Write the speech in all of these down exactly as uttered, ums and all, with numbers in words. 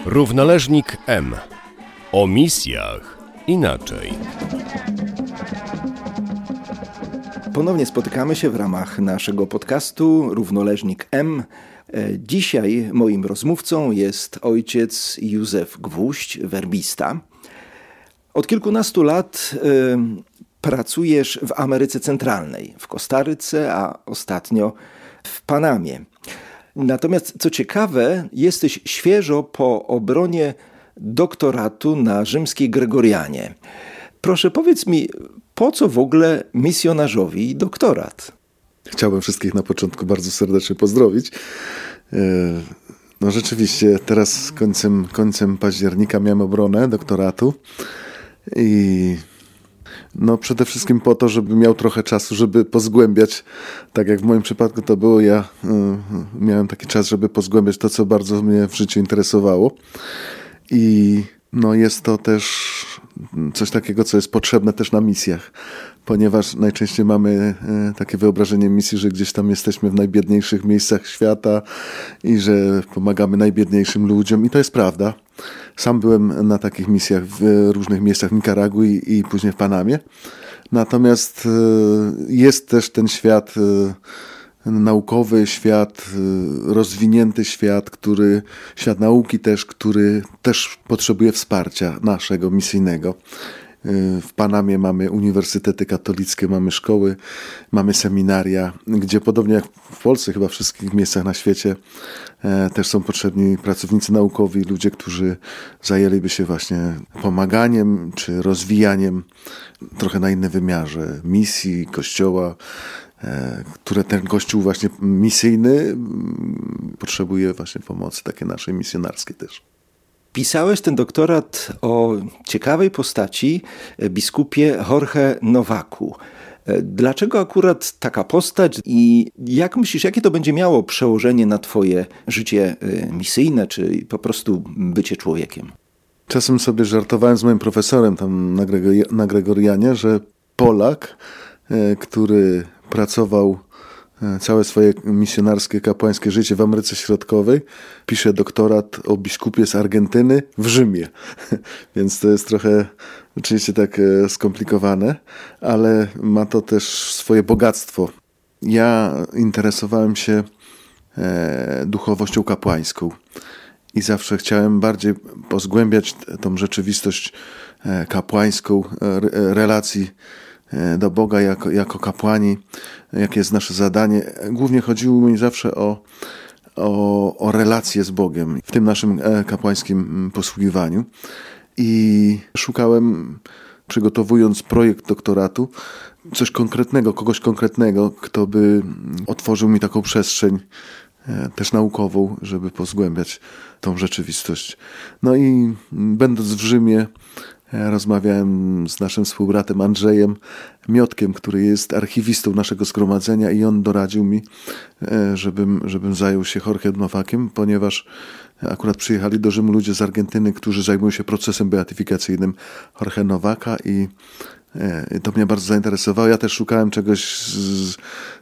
Równoleżnik M. O misjach inaczej. Ponownie spotykamy się w ramach naszego podcastu Równoleżnik M. Dzisiaj moim rozmówcą jest ojciec Józef Gwóźdź, werbista. Od kilkunastu lat y, pracujesz w Ameryce Centralnej, w Kostaryce, a ostatnio w Panamie. Natomiast co ciekawe, jesteś świeżo po obronie doktoratu na rzymskiej Gregorianie. Proszę powiedz mi, po co w ogóle misjonarzowi doktorat? Chciałbym wszystkich na początku bardzo serdecznie pozdrowić. No rzeczywiście, teraz końcem, końcem października miałem obronę doktoratu i no przede wszystkim po to, żeby miał trochę czasu, żeby pozgłębiać, tak jak w moim przypadku to było, ja y, miałem taki czas, żeby pozgłębiać to, co bardzo mnie w życiu interesowało. I no jest to też coś takiego, co jest potrzebne też na misjach, ponieważ najczęściej mamy takie wyobrażenie misji, że gdzieś tam jesteśmy w najbiedniejszych miejscach świata i że pomagamy najbiedniejszym ludziom i to jest prawda. Sam byłem na takich misjach w różnych miejscach w Nikaragui i później w Panamie. Natomiast jest też ten świat naukowy, świat, rozwinięty świat, który, świat nauki też, który też potrzebuje wsparcia naszego misyjnego. W Panamie mamy uniwersytety katolickie, mamy szkoły, mamy seminaria, gdzie podobnie jak w Polsce, chyba w wszystkich miejscach na świecie też są potrzebni pracownicy naukowi, ludzie, którzy zajęliby się właśnie pomaganiem czy rozwijaniem trochę na innym wymiarze misji, kościoła, które ten kościół właśnie misyjny potrzebuje właśnie pomocy takiej naszej misjonarskiej też. Pisałeś ten doktorat o ciekawej postaci, biskupie Jorge Novaku. Dlaczego akurat taka postać i jak myślisz, jakie to będzie miało przełożenie na twoje życie misyjne, czy po prostu bycie człowiekiem? Czasem sobie żartowałem z moim profesorem tam na, Gregor- na Gregorianie, że Polak, który pracował całe swoje misjonarskie, kapłańskie życie w Ameryce Środkowej, pisze doktorat o biskupie z Argentyny w Rzymie. Więc to jest trochę oczywiście tak skomplikowane, ale ma to też swoje bogactwo. Ja interesowałem się duchowością kapłańską i zawsze chciałem bardziej pozgłębiać tą rzeczywistość kapłańską, relacji do Boga jako, jako kapłani, jakie jest nasze zadanie. Głównie chodziło mi zawsze o, o, o relacje z Bogiem w tym naszym kapłańskim posługiwaniu i szukałem, przygotowując projekt doktoratu, coś konkretnego, kogoś konkretnego, kto by otworzył mi taką przestrzeń też naukową, żeby pozgłębiać tą rzeczywistość. No i będąc w Rzymie, rozmawiałem z naszym współbratem Andrzejem Miotkiem, który jest archiwistą naszego zgromadzenia i on doradził mi, żebym, żebym zajął się Jorge Novakiem, ponieważ akurat przyjechali do Rzymu ludzie z Argentyny, którzy zajmują się procesem beatyfikacyjnym Jorge Novaka i to mnie bardzo zainteresowało. Ja też szukałem czegoś z,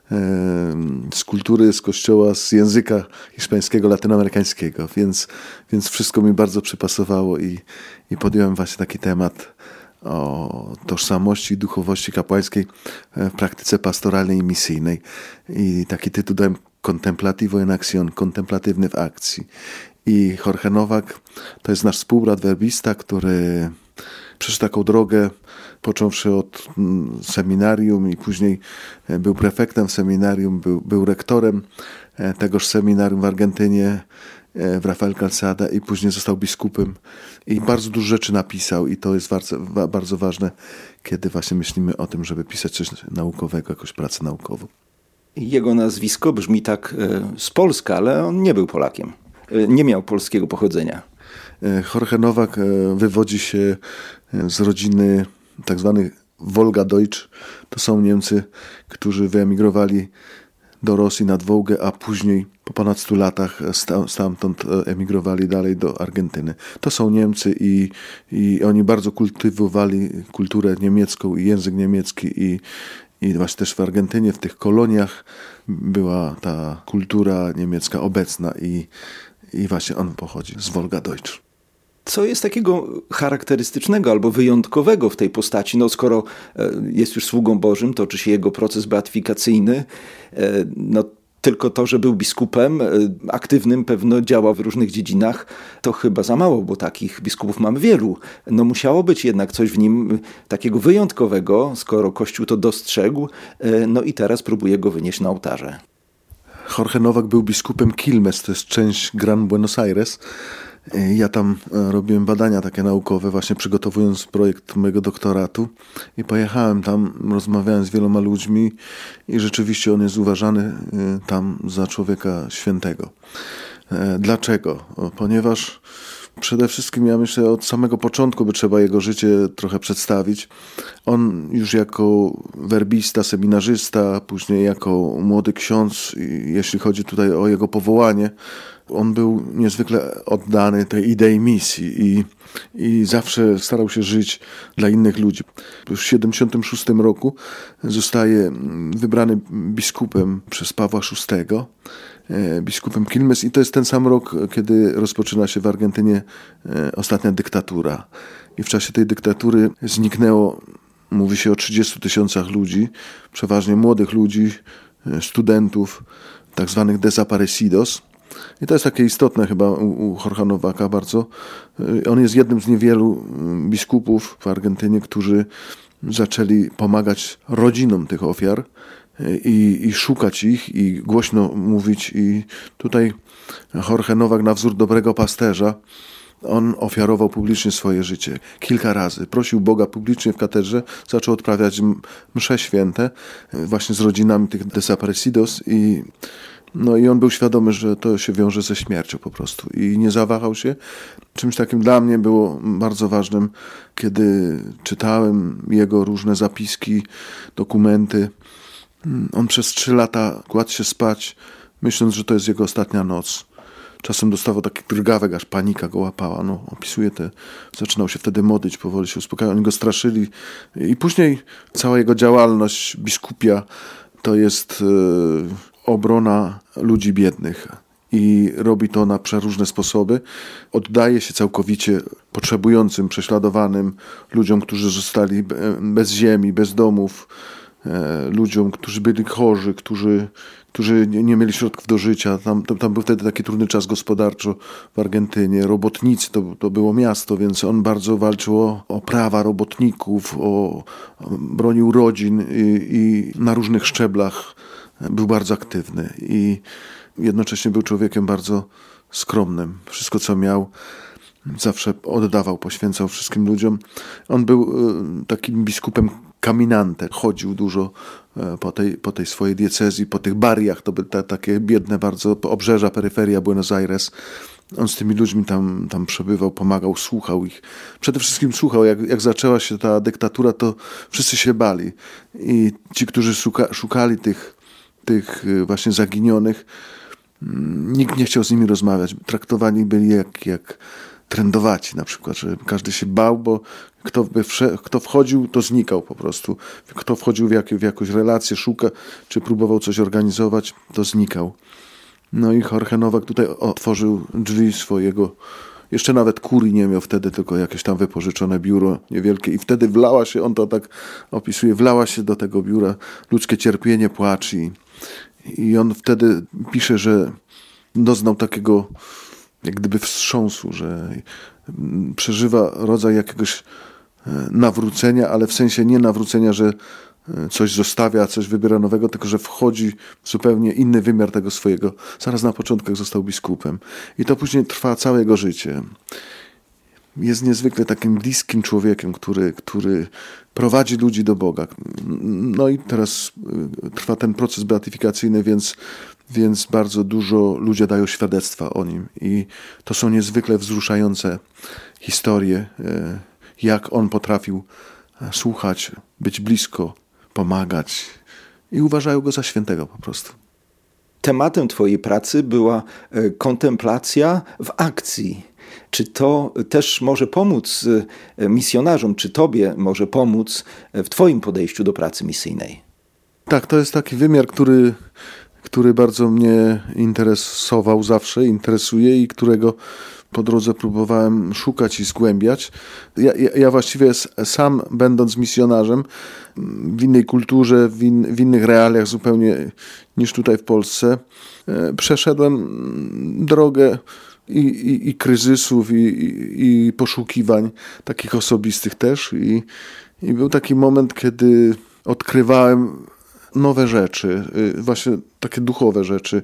z kultury, z kościoła, z języka hiszpańskiego, latynoamerykańskiego, więc, więc wszystko mi bardzo przypasowało i, i podjąłem właśnie taki temat o tożsamości i duchowości kapłańskiej w praktyce pastoralnej i misyjnej. I taki tytuł dałem Contemplativo en Acción, kontemplatywny w akcji. I Jorge Novak to jest nasz współbrat werbista, który przeszedł taką drogę, począwszy od seminarium i później był prefektem seminarium, był, był rektorem tegoż seminarium w Argentynie, w Rafael Calzada i później został biskupem i bardzo dużo rzeczy napisał i to jest bardzo, bardzo ważne, kiedy właśnie myślimy o tym, żeby pisać coś naukowego, jakąś pracę naukową. Jego nazwisko brzmi tak z Polska, ale on nie był Polakiem. Nie miał polskiego pochodzenia. Jorge Novak wywodzi się z rodziny tak zwanych Wolga-Deutsch. To są Niemcy, którzy wyemigrowali do Rosji nad Wołgę, a później po ponad stu latach stamtąd emigrowali dalej do Argentyny. To są Niemcy i, i oni bardzo kultywowali kulturę niemiecką i język niemiecki i, i właśnie też w Argentynie, w tych koloniach była ta kultura niemiecka obecna i, i właśnie on pochodzi z Wolga-Deutsch. Co jest takiego charakterystycznego albo wyjątkowego w tej postaci? No, skoro jest już sługą Bożym, toczy się jego proces beatyfikacyjny, no tylko to, że był biskupem aktywnym, pewno działał w różnych dziedzinach, to chyba za mało, bo takich biskupów mamy wielu. No musiało być jednak coś w nim takiego wyjątkowego, skoro Kościół to dostrzegł, no i teraz próbuje go wynieść na ołtarze. Jorge Nowak był biskupem Quilmes, to jest część Gran Buenos Aires. Ja tam robiłem badania takie naukowe, właśnie przygotowując projekt mojego doktoratu i pojechałem tam, rozmawiałem z wieloma ludźmi i rzeczywiście on jest uważany tam za człowieka świętego. Dlaczego? Ponieważ przede wszystkim ja myślę, od samego początku by trzeba jego życie trochę przedstawić. On już jako werbista, seminarzysta, później jako młody ksiądz, jeśli chodzi tutaj o jego powołanie, on był niezwykle oddany tej idei misji i, i zawsze starał się żyć dla innych ludzi. Już w tysiąc dziewięćset siedemdziesiątym szóstym roku zostaje wybrany biskupem przez Pawła szóstego, biskupem Quilmes, i to jest ten sam rok, kiedy rozpoczyna się w Argentynie ostatnia dyktatura. I w czasie tej dyktatury zniknęło, mówi się o trzydziestu tysiącach ludzi, przeważnie młodych ludzi, studentów, tak zwanych desaparecidos. I to jest takie istotne chyba u, u Jorge'a Nowaka bardzo. On jest jednym z niewielu biskupów w Argentynie, którzy zaczęli pomagać rodzinom tych ofiar i, i szukać ich i głośno mówić. I tutaj Jorge Nowak, na wzór dobrego pasterza, on ofiarował publicznie swoje życie. Kilka razy. Prosił Boga publicznie w katedrze, zaczął odprawiać msze święte właśnie z rodzinami tych desaparecidos i No i on był świadomy, że to się wiąże ze śmiercią po prostu i nie zawahał się. Czymś takim dla mnie było bardzo ważnym, kiedy czytałem jego różne zapiski, dokumenty. On przez trzy lata kładł się spać, myśląc, że to jest jego ostatnia noc. Czasem dostawał taki drgawek, aż panika go łapała. No, opisuje te, zaczynał się wtedy modlić, powoli się uspokajał. Oni go straszyli. I później cała jego działalność biskupia to jest Yy, obrona ludzi biednych i robi to na przeróżne sposoby. Oddaje się całkowicie potrzebującym, prześladowanym ludziom, którzy zostali bez ziemi, bez domów, ludziom, którzy byli chorzy, którzy, którzy nie mieli środków do życia. Tam, tam był wtedy taki trudny czas gospodarczo w Argentynie. Robotnicy to, to było miasto, więc on bardzo walczył o, o prawa robotników, o, o bronił rodzin i, i na różnych szczeblach był bardzo aktywny i jednocześnie był człowiekiem bardzo skromnym. Wszystko, co miał, zawsze oddawał, poświęcał wszystkim ludziom. On był takim biskupem caminante. Chodził dużo po tej, po tej swojej diecezji, po tych barriach. To były ta, takie biedne bardzo obrzeża, peryferia Buenos Aires. On z tymi ludźmi tam, tam przebywał, pomagał, słuchał ich. Przede wszystkim słuchał. Jak, jak zaczęła się ta dyktatura, to wszyscy się bali. I ci, którzy szuka, szukali tych tych właśnie zaginionych, nikt nie chciał z nimi rozmawiać. Traktowani byli jak, jak trędowaci na przykład, że każdy się bał, bo kto, by wsze, kto wchodził, to znikał po prostu. Kto wchodził w, jak, w jakąś relację, szuka, czy próbował coś organizować, to znikał. No i Jorge Nowak tutaj otworzył drzwi swojego, jeszcze nawet kurii nie miał wtedy, tylko jakieś tam wypożyczone biuro niewielkie i wtedy wlała się, on to tak opisuje, wlała się do tego biura ludzkie cierpienie, płacz i, i on wtedy pisze, że doznał takiego jak gdyby wstrząsu, że przeżywa rodzaj jakiegoś nawrócenia, ale w sensie nie nawrócenia, że coś zostawia, coś wybiera nowego, tylko że wchodzi w zupełnie inny wymiar tego swojego. Zaraz na początku jak został biskupem. I to później trwa całe jego życie. Jest niezwykle takim bliskim człowiekiem, który, który prowadzi ludzi do Boga. No i teraz trwa ten proces beatyfikacyjny, więc, więc bardzo dużo ludzie dają świadectwa o nim. I to są niezwykle wzruszające historie, jak on potrafił słuchać, być blisko, pomagać i uważają go za świętego po prostu. Tematem twojej pracy była kontemplacja w akcji. Czy to też może pomóc misjonarzom, czy tobie może pomóc w twoim podejściu do pracy misyjnej? Tak, to jest taki wymiar, który, który bardzo mnie interesował zawsze, interesuje i którego po drodze próbowałem szukać i zgłębiać. Ja, ja, ja właściwie sam, będąc misjonarzem w innej kulturze, w, in, w innych realiach zupełnie niż tutaj w Polsce, przeszedłem drogę i, i, i kryzysów, i, i, i poszukiwań takich osobistych też. I, I był taki moment, kiedy odkrywałem nowe rzeczy, właśnie takie duchowe rzeczy.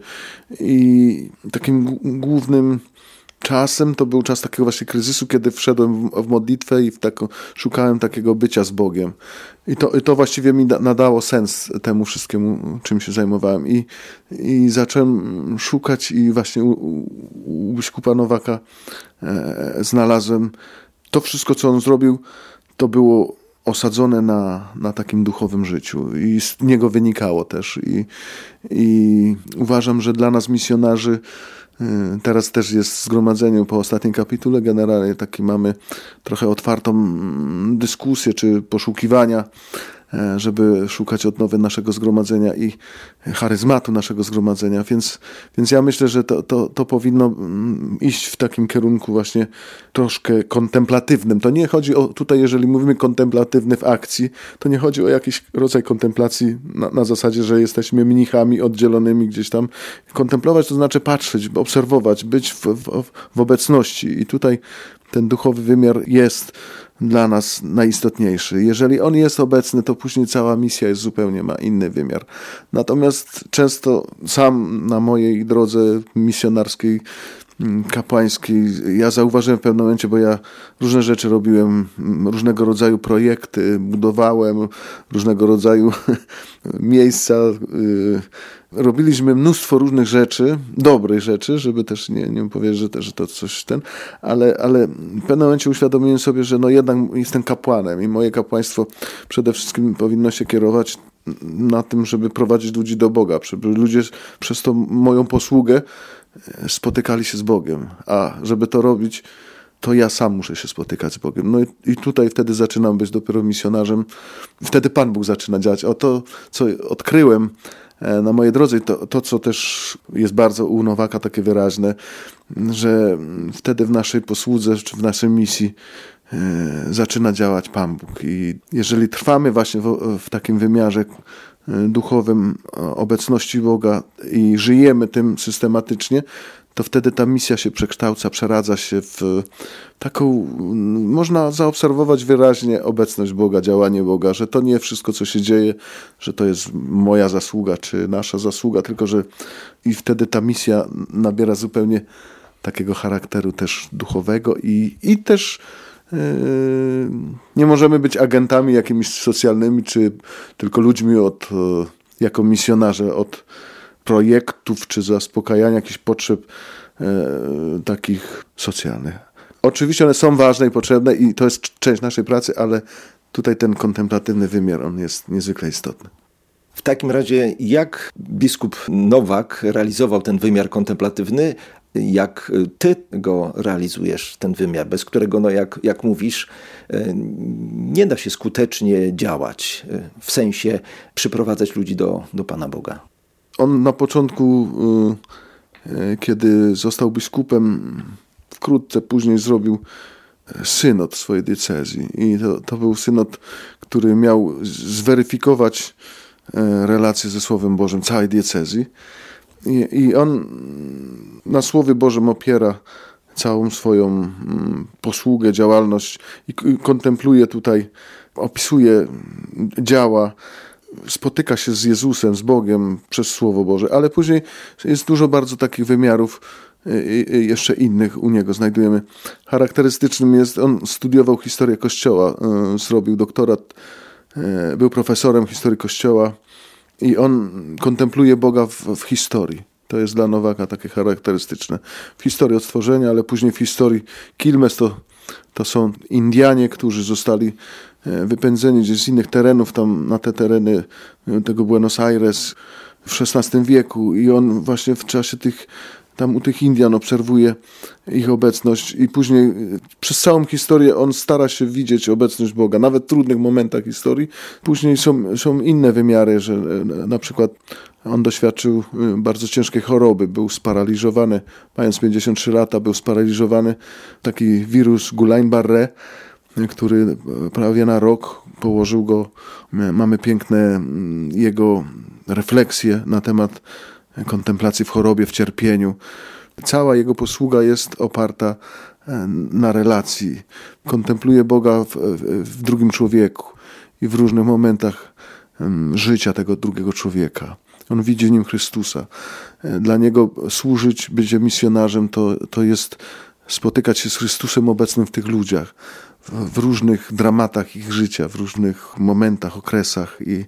I takim głównym czasem to był czas takiego właśnie kryzysu, kiedy wszedłem w, w modlitwę i w taką, szukałem takiego bycia z Bogiem. I to, i to właściwie mi da, nadało sens temu wszystkiemu, czym się zajmowałem. I, i zacząłem szukać i właśnie u, u, u biskupa Nowaka e, znalazłem to wszystko, co on zrobił, to było osadzone na, na takim duchowym życiu i z niego wynikało też. I, i uważam, że dla nas misjonarzy teraz też jest zgromadzenie po ostatnim kapitule. Generalnie taki mamy trochę otwartą dyskusję czy poszukiwania, żeby szukać odnowy naszego zgromadzenia i charyzmatu naszego zgromadzenia. Więc, więc ja myślę, że to, to, to powinno iść w takim kierunku właśnie troszkę kontemplatywnym. To nie chodzi o, tutaj jeżeli mówimy kontemplatywny w akcji, to nie chodzi o jakiś rodzaj kontemplacji na, na zasadzie, że jesteśmy mnichami oddzielonymi gdzieś tam. Kontemplować to znaczy patrzeć, obserwować, być w, w, w obecności. I tutaj ten duchowy wymiar jest dla nas najistotniejszy. Jeżeli on jest obecny, to później cała misja jest zupełnie, ma inny wymiar. Natomiast często sam na mojej drodze misjonarskiej, kapłańskiej, ja zauważyłem w pewnym momencie, bo ja różne rzeczy robiłem, różnego rodzaju projekty, budowałem różnego rodzaju miejsca, robiliśmy mnóstwo różnych rzeczy, dobrych rzeczy, żeby też nie, nie powiedzieć, że, te, że to coś ten, ale, ale w pewnym momencie uświadomiłem sobie, że no jednak jestem kapłanem i moje kapłaństwo przede wszystkim powinno się kierować na tym, żeby prowadzić ludzi do Boga, żeby ludzie przez tą moją posługę spotykali się z Bogiem, a żeby to robić, to ja sam muszę się spotykać z Bogiem. No i, i tutaj wtedy zaczynam być dopiero misjonarzem. Wtedy Pan Bóg zaczyna działać. O to, co odkryłem na mojej drodze, to, to co też jest bardzo u Nowaka takie wyraźne, że wtedy w naszej posłudze, czy w naszej misji e, zaczyna działać Pan Bóg. I jeżeli trwamy właśnie w, w takim wymiarze duchowym obecności Boga i żyjemy tym systematycznie, to wtedy ta misja się przekształca, przeradza się w taką, można zaobserwować wyraźnie obecność Boga, działanie Boga, że to nie wszystko, co się dzieje, że to jest moja zasługa, czy nasza zasługa, tylko że i wtedy ta misja nabiera zupełnie takiego charakteru też duchowego i, i też nie możemy być agentami jakimiś socjalnymi, czy tylko ludźmi od, jako misjonarze od projektów, czy zaspokajania jakichś potrzeb e, takich socjalnych. Oczywiście one są ważne i potrzebne i to jest część naszej pracy, ale tutaj ten kontemplatywny wymiar, on jest niezwykle istotny. W takim razie jak biskup Nowak realizował ten wymiar kontemplatywny, jak ty go realizujesz, ten wymiar, bez którego, no jak, jak mówisz, nie da się skutecznie działać, w sensie przyprowadzać ludzi do, do Pana Boga? On na początku, kiedy został biskupem, wkrótce później zrobił synod swojej diecezji. I to, to był synod, który miał zweryfikować relacje ze Słowem Bożym całej diecezji. I, i on na Słowie Bożym opiera całą swoją posługę, działalność i kontempluje tutaj, opisuje, działa, spotyka się z Jezusem, z Bogiem przez Słowo Boże, ale później jest dużo bardzo takich wymiarów jeszcze innych u niego znajdujemy. Charakterystycznym jest, on studiował historię Kościoła, zrobił doktorat, był profesorem historii Kościoła i on kontempluje Boga w, w historii. To jest dla Nowaka takie charakterystyczne. W historii od stworzenia, ale później w historii Quilmes to, to są Indianie, którzy zostali wypędzeni gdzieś z innych terenów, tam na te tereny tego Buenos Aires w szesnastym wieku i on właśnie w czasie tych, tam u tych Indian obserwuje ich obecność i później przez całą historię on stara się widzieć obecność Boga, nawet w trudnych momentach historii. Później są, są inne wymiary, że na przykład On doświadczył bardzo ciężkiej choroby, był sparaliżowany, mając pięćdziesiąt trzy lata, był sparaliżowany. Taki wirus Guillain-Barré, który prawie na rok położył go. Mamy piękne jego refleksje na temat kontemplacji w chorobie, w cierpieniu. Cała jego posługa jest oparta na relacji. Kontempluje Boga w, w drugim człowieku i w różnych momentach życia tego drugiego człowieka. On widzi w nim Chrystusa. Dla niego służyć, być misjonarzem, to, to jest spotykać się z Chrystusem obecnym w tych ludziach, w, w różnych dramatach ich życia, w różnych momentach, okresach. I,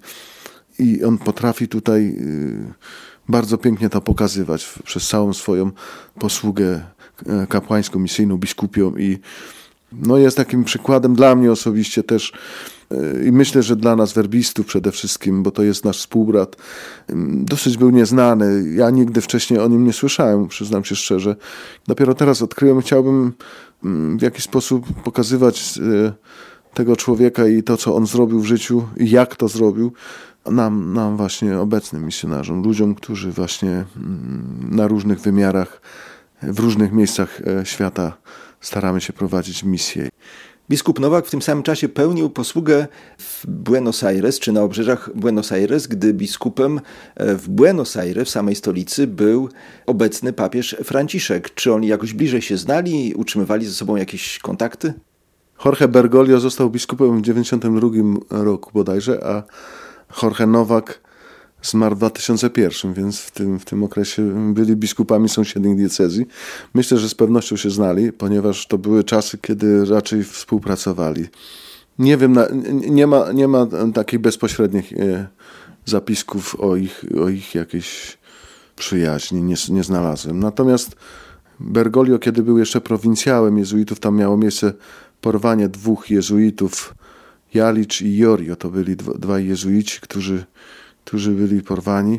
i on potrafi tutaj bardzo pięknie to pokazywać przez całą swoją posługę kapłańską, misyjną, biskupią. I no jest takim przykładem dla mnie osobiście też i myślę, że dla nas werbistów przede wszystkim, bo to jest nasz współbrat. Dosyć był nieznany. Ja nigdy wcześniej o nim nie słyszałem, przyznam się szczerze. Dopiero teraz odkryłem, chciałbym w jakiś sposób pokazywać tego człowieka i to, co on zrobił w życiu i jak to zrobił, nam, nam właśnie obecnym misjonarzom, ludziom, którzy właśnie na różnych wymiarach, w różnych miejscach świata staramy się prowadzić misję. Biskup Nowak w tym samym czasie pełnił posługę w Buenos Aires, czy na obrzeżach Buenos Aires, gdy biskupem w Buenos Aires, w samej stolicy, był obecny papież Franciszek. Czy oni jakoś bliżej się znali, utrzymywali ze sobą jakieś kontakty? Jorge Bergoglio został biskupem w dziewięćdziesiątym drugim roku bodajże, a Jorge Nowak zmarł w dwa tysiące pierwszym, więc w tym, w tym okresie byli biskupami sąsiednich diecezji. Myślę, że z pewnością się znali, ponieważ to były czasy, kiedy raczej współpracowali. Nie wiem, nie ma, nie ma takich bezpośrednich zapisków o ich, o ich jakiejś przyjaźni, nie, nie znalazłem. Natomiast Bergoglio, kiedy był jeszcze prowincjałem jezuitów, tam miało miejsce porwanie dwóch jezuitów, Jalicz i Iorio. To byli dwa, dwaj jezuici, którzy którzy byli porwani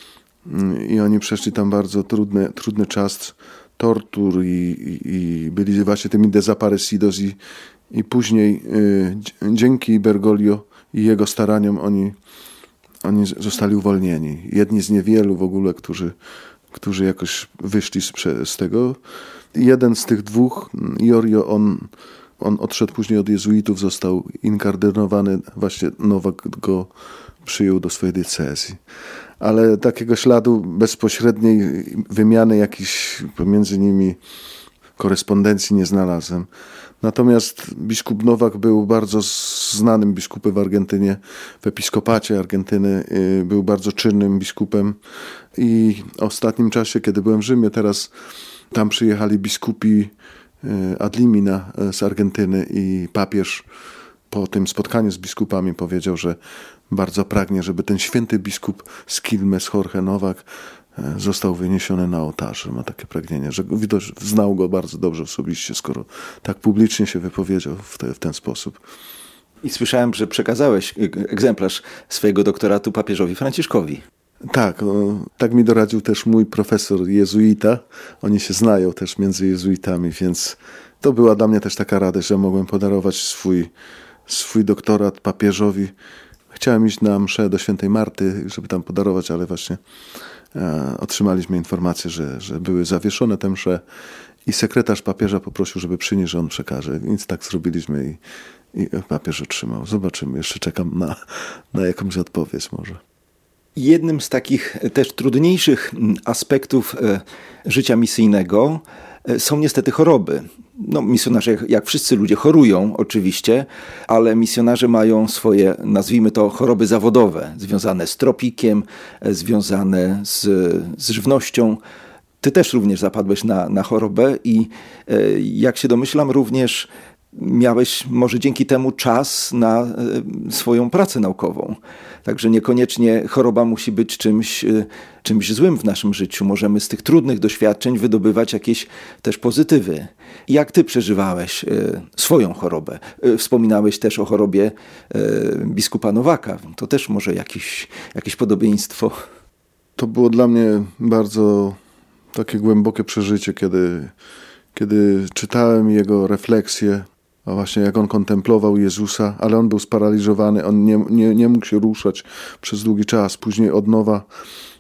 i oni przeszli tam bardzo trudny, trudny czas tortur i, i, i byli właśnie tymi desaparecidos i, i później y, dzięki Bergoglio i jego staraniom oni, oni zostali uwolnieni. Jedni z niewielu w ogóle, którzy, którzy jakoś wyszli z, z tego. Jeden z tych dwóch, Iorio, on, on odszedł później od jezuitów, został inkardynowany, właśnie Nowak go przyjął do swojej diecezji. Ale takiego śladu bezpośredniej wymiany jakiejś pomiędzy nimi korespondencji nie znalazłem. Natomiast biskup Nowak był bardzo znanym biskupem w Argentynie, w episkopacie Argentyny. Był bardzo czynnym biskupem i w ostatnim czasie, kiedy byłem w Rzymie, teraz tam przyjechali biskupi ad limina z Argentyny i papież po tym spotkaniu z biskupami powiedział, że bardzo pragnie, żeby ten święty biskup z Quilmes, Jorge Nowak, został wyniesiony na ołtarze. Ma takie pragnienie, że widać, znał go bardzo dobrze osobiście, skoro tak publicznie się wypowiedział w, te, w ten sposób. I słyszałem, że przekazałeś egzemplarz swojego doktoratu papieżowi Franciszkowi. Tak, no, tak mi doradził też mój profesor jezuita. Oni się znają też między jezuitami, więc to była dla mnie też taka radość, że mogłem podarować swój, swój doktorat papieżowi. Chciałem iść na mszę do świętej Marty, żeby tam podarować, ale właśnie e, otrzymaliśmy informację, że, że były zawieszone te msze i sekretarz papieża poprosił, żeby przynieść, że on przekaże. Więc tak zrobiliśmy i, i papież otrzymał. Zobaczymy, jeszcze czekam na, na jakąś odpowiedź może. Jednym z takich też trudniejszych aspektów życia misyjnego są niestety choroby. No, misjonarze, jak wszyscy ludzie, chorują oczywiście, ale misjonarze mają swoje, nazwijmy to, choroby zawodowe, związane z tropikiem, związane z, z żywnością. Ty też również zapadłeś na, na chorobę i jak się domyślam, również miałeś może dzięki temu czas na swoją pracę naukową. Także niekoniecznie choroba musi być czymś, czymś złym w naszym życiu. Możemy z tych trudnych doświadczeń wydobywać jakieś też pozytywy. Jak ty przeżywałeś swoją chorobę? Wspominałeś też o chorobie biskupa Nowaka. To też może jakieś, jakieś podobieństwo. To było dla mnie bardzo takie głębokie przeżycie, kiedy, kiedy czytałem jego refleksje, a właśnie jak on kontemplował Jezusa, ale on był sparaliżowany, on nie, nie, nie mógł się ruszać przez długi czas. Później od nowa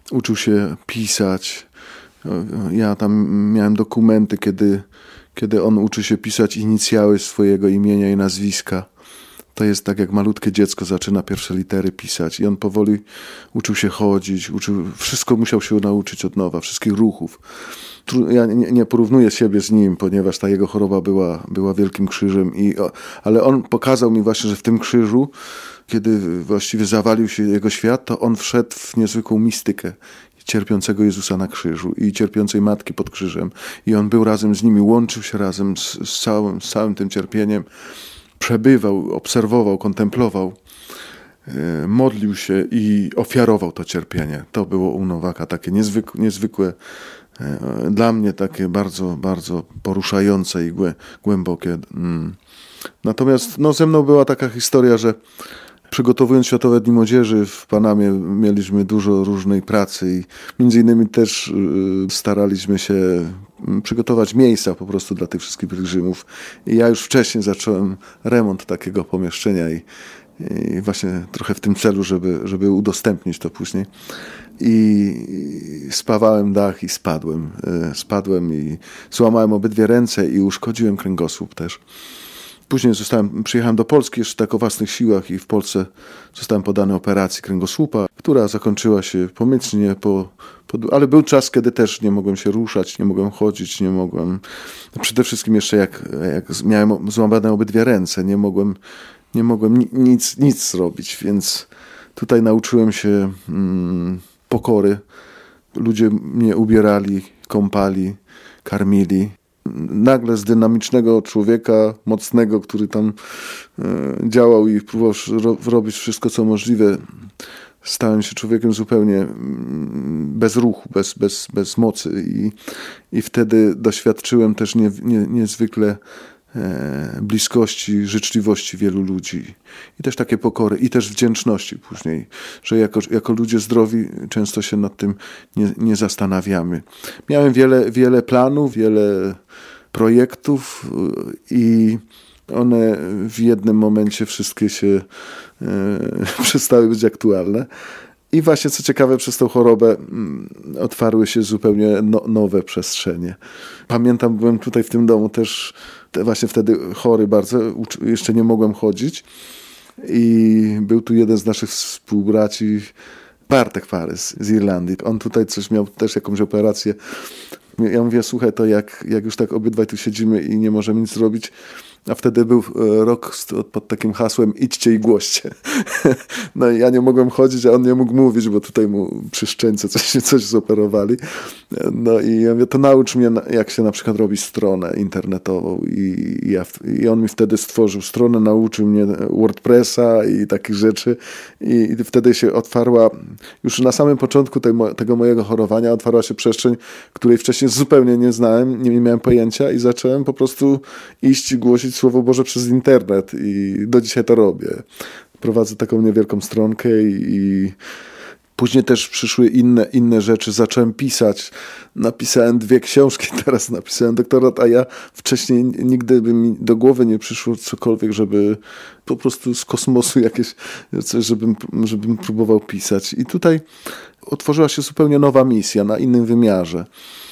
uczył się pisać. Ja tam miałem dokumenty, kiedy, kiedy on uczy się pisać inicjały swojego imienia i nazwiska. To jest tak, jak malutkie dziecko zaczyna pierwsze litery pisać i on powoli uczył się chodzić, uczył, wszystko musiał się nauczyć od nowa, wszystkich ruchów. Ja nie, nie porównuję siebie z nim, ponieważ ta jego choroba była, była wielkim krzyżem, i, ale on pokazał mi właśnie, że w tym krzyżu, kiedy właściwie zawalił się jego świat, to on wszedł w niezwykłą mistykę cierpiącego Jezusa na krzyżu i cierpiącej Matki pod krzyżem. I on był razem z nimi, łączył się razem z, z, całym, z całym tym cierpieniem. Przebywał, obserwował, kontemplował, yy, modlił się i ofiarował to cierpienie. To było u Nowaka takie niezwykłe, niezwykłe yy, dla mnie takie bardzo, bardzo poruszające i głę, głębokie. Mm. Natomiast no, ze mną była taka historia, że przygotowując Światowe Dni Młodzieży w Panamie mieliśmy dużo różnej pracy i między innymi też yy, staraliśmy się przygotować miejsca po prostu dla tych wszystkich pielgrzymów. I ja już wcześniej zacząłem remont takiego pomieszczenia i, i właśnie trochę w tym celu, żeby, żeby udostępnić to później. I spawałem dach i spadłem. Spadłem i złamałem obydwie ręce i uszkodziłem kręgosłup też. Później zostałem, przyjechałem do Polski jeszcze tak o własnych siłach i w Polsce zostałem poddany operacji kręgosłupa, która zakończyła się pomyślnie, po, po, ale był czas, kiedy też nie mogłem się ruszać, nie mogłem chodzić, nie mogłem, przede wszystkim jeszcze jak, jak miałem złamane obydwie ręce, nie mogłem, nie mogłem nic, nic zrobić, więc tutaj nauczyłem się mm, pokory. Ludzie mnie ubierali, kąpali, karmili. Nagle z dynamicznego człowieka, mocnego, który tam e, działał i próbował ro, robić wszystko, co możliwe, stałem się człowiekiem zupełnie bez ruchu, bez, bez, bez mocy. I, i wtedy doświadczyłem też nie, nie, niezwykle e, bliskości, życzliwości wielu ludzi. I też takie pokory, i też wdzięczności później, że jako, jako ludzie zdrowi często się nad tym nie, nie zastanawiamy. Miałem wiele, wiele planów, wiele projektów i one w jednym momencie wszystkie się e, przestały być aktualne. I właśnie co ciekawe, przez tą chorobę otwarły się zupełnie no, nowe przestrzenie. Pamiętam, byłem tutaj w tym domu też te, właśnie wtedy chory bardzo, jeszcze nie mogłem chodzić i był tu jeden z naszych współbraci, Bartek Parys z Irlandii. On tutaj coś miał, też jakąś operację. Ja mówię, słuchaj, to jak, jak już tak obydwaj tu siedzimy i nie możemy nic zrobić, a wtedy był rok pod takim hasłem idźcie i głoście. No i ja nie mogłem chodzić, a on nie mógł mówić, bo tutaj mu przy szczęce coś, coś zoperowali. No i ja mówię, to naucz mnie, jak się na przykład robi stronę internetową. I, ja, i on mi wtedy stworzył stronę, nauczył mnie WordPressa i takich rzeczy. I, i wtedy się otwarła, już na samym początku tej, tego mojego chorowania, otwarła się przestrzeń, której wcześniej zupełnie nie znałem, nie miałem pojęcia i zacząłem po prostu iść i głosić Słowo Boże przez internet i do dzisiaj to robię. Prowadzę taką niewielką stronkę i, i później też przyszły inne, inne rzeczy. Zacząłem pisać. Napisałem dwie książki, teraz napisałem doktorat, a ja wcześniej nigdy by mi do głowy nie przyszło cokolwiek, żeby po prostu z kosmosu jakieś coś, żebym, żebym próbował pisać. I tutaj otworzyła się zupełnie nowa misja na innym wymiarze.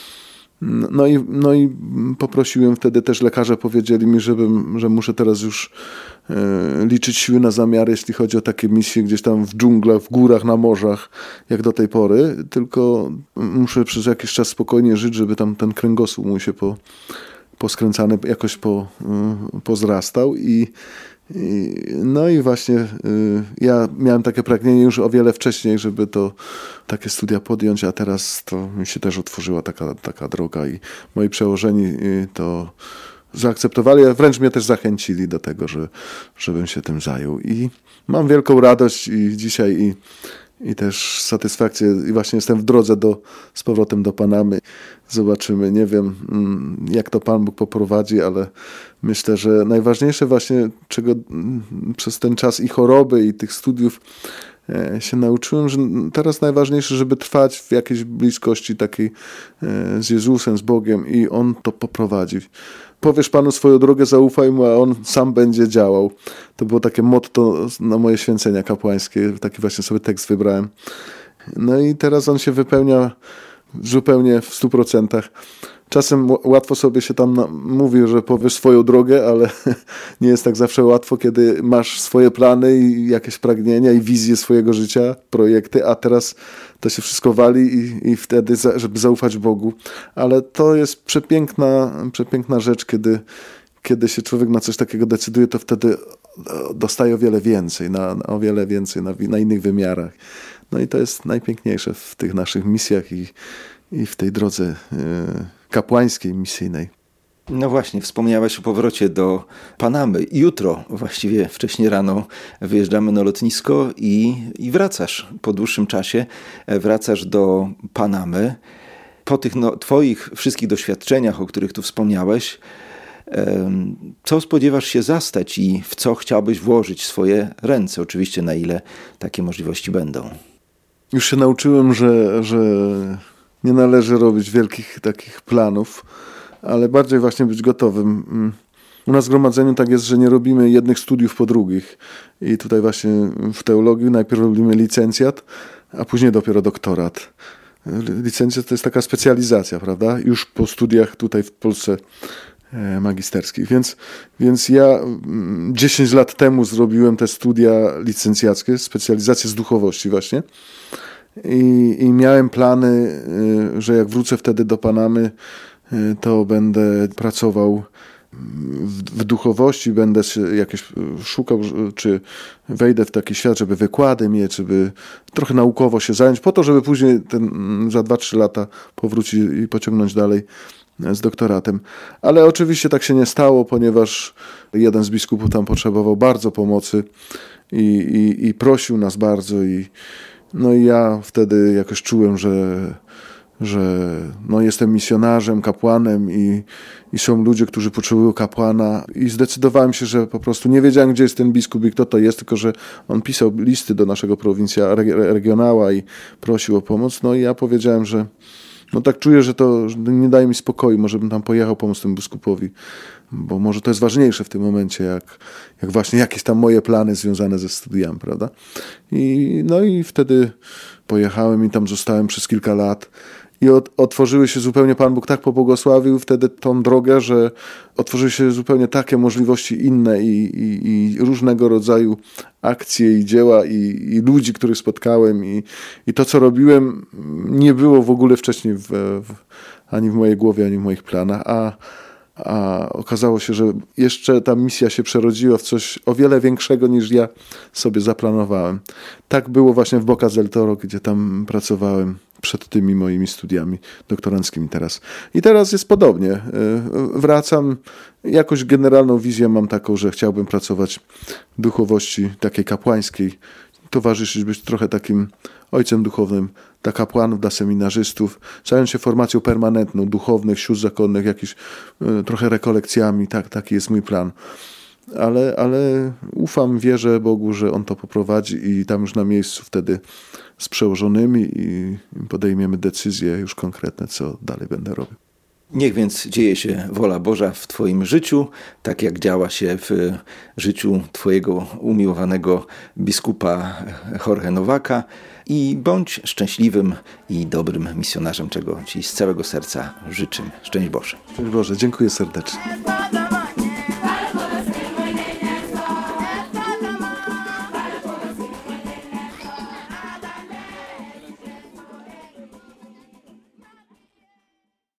No i, no i poprosiłem wtedy też, lekarze powiedzieli mi, żebym, że muszę teraz już e, liczyć siły na zamiary, jeśli chodzi o takie misje gdzieś tam w dżunglach, w górach, na morzach, jak do tej pory, tylko muszę przez jakiś czas spokojnie żyć, żeby tam ten kręgosłup mój się po, poskręcany jakoś po, y, pozrastał i I, no i właśnie y, ja miałem takie pragnienie już o wiele wcześniej, żeby to takie studia podjąć, a teraz to mi się też otworzyła taka, taka droga i moi przełożeni y, to zaakceptowali, a wręcz mnie też zachęcili do tego, że, żebym się tym zajął. I mam wielką radość i dzisiaj i, i też satysfakcję i właśnie jestem w drodze do, z powrotem do Panamy. Zobaczymy, nie wiem jak to Pan Bóg poprowadzi, ale myślę, że najważniejsze właśnie, czego przez ten czas i choroby i tych studiów się nauczyłem, że teraz najważniejsze, żeby trwać w jakiejś bliskości takiej z Jezusem, z Bogiem i On to poprowadzi. Powiesz Panu swoją drogę, zaufaj Mu, a On sam będzie działał. To było takie motto na moje święcenia kapłańskie. Taki właśnie sobie tekst wybrałem. No i teraz on się wypełnia zupełnie w stu procentach. Czasem łatwo sobie się tam mówi, że powiesz swoją drogę, ale nie jest tak zawsze łatwo, kiedy masz swoje plany i jakieś pragnienia i wizje swojego życia, projekty, a teraz to się wszystko wali i, i wtedy, żeby zaufać Bogu. Ale to jest przepiękna, przepiękna rzecz, kiedy, kiedy się człowiek na coś takiego decyduje, to wtedy dostaje o wiele więcej, na, na o wiele więcej, na, na innych wymiarach. No i to jest najpiękniejsze w tych naszych misjach i, i w tej drodze yy, kapłańskiej, misyjnej. No właśnie, wspomniałeś o powrocie do Panamy. Jutro, właściwie wcześniej rano, wyjeżdżamy na lotnisko i, i wracasz po dłuższym czasie. Wracasz do Panamy. Po tych no, twoich wszystkich doświadczeniach, o których tu wspomniałeś, co spodziewasz się zastać i w co chciałbyś włożyć swoje ręce? Oczywiście na ile takie możliwości będą. Już się nauczyłem, że, że nie należy robić wielkich takich planów, ale bardziej właśnie być gotowym. U nas w zgromadzeniu tak jest, że nie robimy jednych studiów po drugich. I tutaj właśnie w teologii najpierw robimy licencjat, a później dopiero doktorat. Licencjat to jest taka specjalizacja, prawda? Już po studiach tutaj w Polsce magisterskich. Więc, więc ja dziesięć lat temu zrobiłem te studia licencjackie, specjalizację z duchowości właśnie. I, i miałem plany, że jak wrócę wtedy do Panamy, to będę pracował w, w duchowości, będę się jakieś szukał, czy wejdę w taki świat, żeby wykłady mieć, żeby trochę naukowo się zająć, po to, żeby później ten, za dwa trzy lata powrócić i pociągnąć dalej z doktoratem. Ale oczywiście tak się nie stało, ponieważ jeden z biskupów tam potrzebował bardzo pomocy i, i, i prosił nas bardzo. I, no i ja wtedy jakoś czułem, że, że no jestem misjonarzem, kapłanem i, i są ludzie, którzy potrzebują kapłana i zdecydowałem się, że po prostu nie wiedziałem, gdzie jest ten biskup i kto to jest, tylko że on pisał listy do naszego prowincja regionała i prosił o pomoc. No i ja powiedziałem, że no tak czuję, że to że nie daje mi spokoju, może bym tam pojechał pomóc temu biskupowi, bo może to jest ważniejsze w tym momencie, jak, jak właśnie jakieś tam moje plany związane ze studiami, prawda? I, no i wtedy pojechałem i tam zostałem przez kilka lat i od, otworzyły się zupełnie, Pan Bóg tak pobłogosławił wtedy tą drogę, że otworzyły się zupełnie takie możliwości inne i, i, i różnego rodzaju akcje i dzieła i, i ludzi, których spotkałem i, i to, co robiłem, nie było w ogóle wcześniej w, w, ani w mojej głowie, ani w moich planach, a, a okazało się, że jeszcze ta misja się przerodziła w coś o wiele większego, niż ja sobie zaplanowałem. Tak było właśnie w Boca del Toro, gdzie tam pracowałem przed tymi moimi studiami doktoranckimi teraz. I teraz jest podobnie. Wracam, jakoś generalną wizję mam taką, że chciałbym pracować w duchowości takiej kapłańskiej, towarzyszyć, być trochę takim ojcem duchownym dla kapłanów, dla seminarzystów, zająć się formacją permanentną duchownych, sióstr zakonnych, jakiś trochę rekolekcjami. Tak, taki jest mój plan. Ale, ale ufam, wierzę Bogu, że On to poprowadzi i tam już na miejscu wtedy z przełożonymi i podejmiemy decyzje już konkretne, co dalej będę robił. Niech więc dzieje się wola Boża w Twoim życiu, tak jak działa się w życiu Twojego umiłowanego biskupa Jorge Nowaka i bądź szczęśliwym i dobrym misjonarzem, czego Ci z całego serca życzę. Szczęść Boże. Szczęść Boże, dziękuję serdecznie.